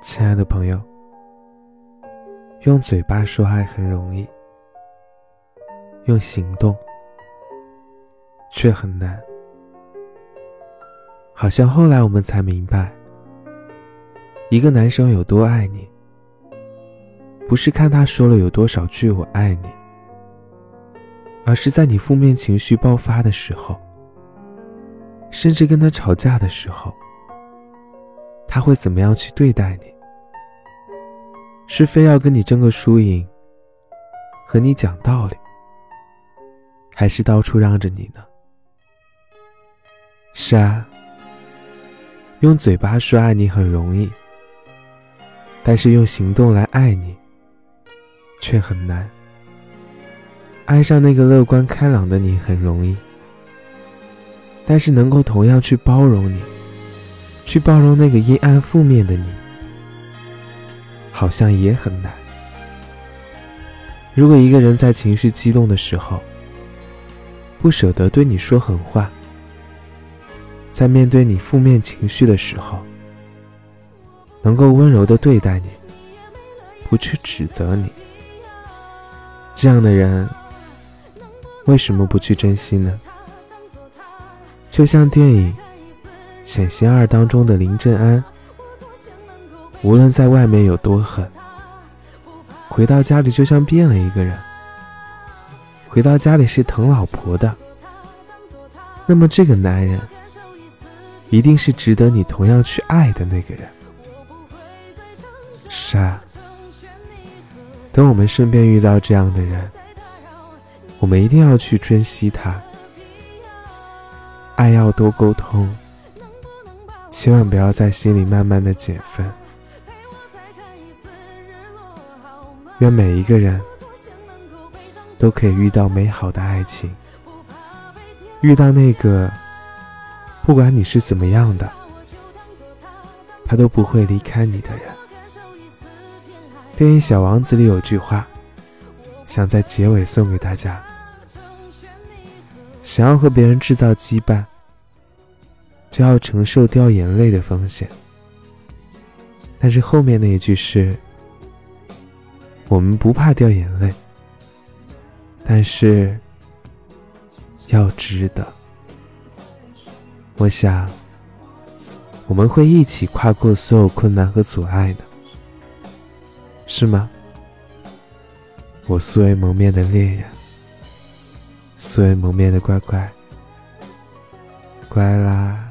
亲爱的朋友，用嘴巴说爱很容易，用行动却很难。好像后来我们才明白，一个男生有多爱你，不是看他说了有多少句我爱你，而是在你负面情绪爆发的时候，甚至跟他吵架的时候，他会怎么样去对待你。是非要跟你争个输赢，和你讲道理，还是到处让着你呢？是啊，用嘴巴说爱你很容易，但是用行动来爱你却很难。爱上那个乐观开朗的你很容易，但是能够同样去包容你，去包容那个阴暗负面的你，好像也很难。如果一个人在情绪激动的时候，不舍得对你说狠话，在面对你负面情绪的时候，能够温柔地对待你，不去指责你，这样的人为什么不去珍惜呢？就像电影《潜行2》当中的林正安，无论在外面有多狠，回到家里就像变了一个人，回到家里是疼老婆的，那么这个男人一定是值得你同样去爱的那个人。是啊，等我们身边遇到这样的人，我们一定要去珍惜他。爱要多沟通，千万不要在心里慢慢的减分。愿每一个人都可以遇到美好的爱情，遇到那个不管你是怎么样的，他都不会离开你的人。电影《小王子》里有句话，想在结尾送给大家：想要和别人制造羁绊，就要承受掉眼泪的风险。但是后面那一句是：我们不怕掉眼泪，但是要值得。我想我们会一起跨过所有困难和阻碍的，是吗？我素未谋面的恋人，素未谋面的乖乖，乖啦。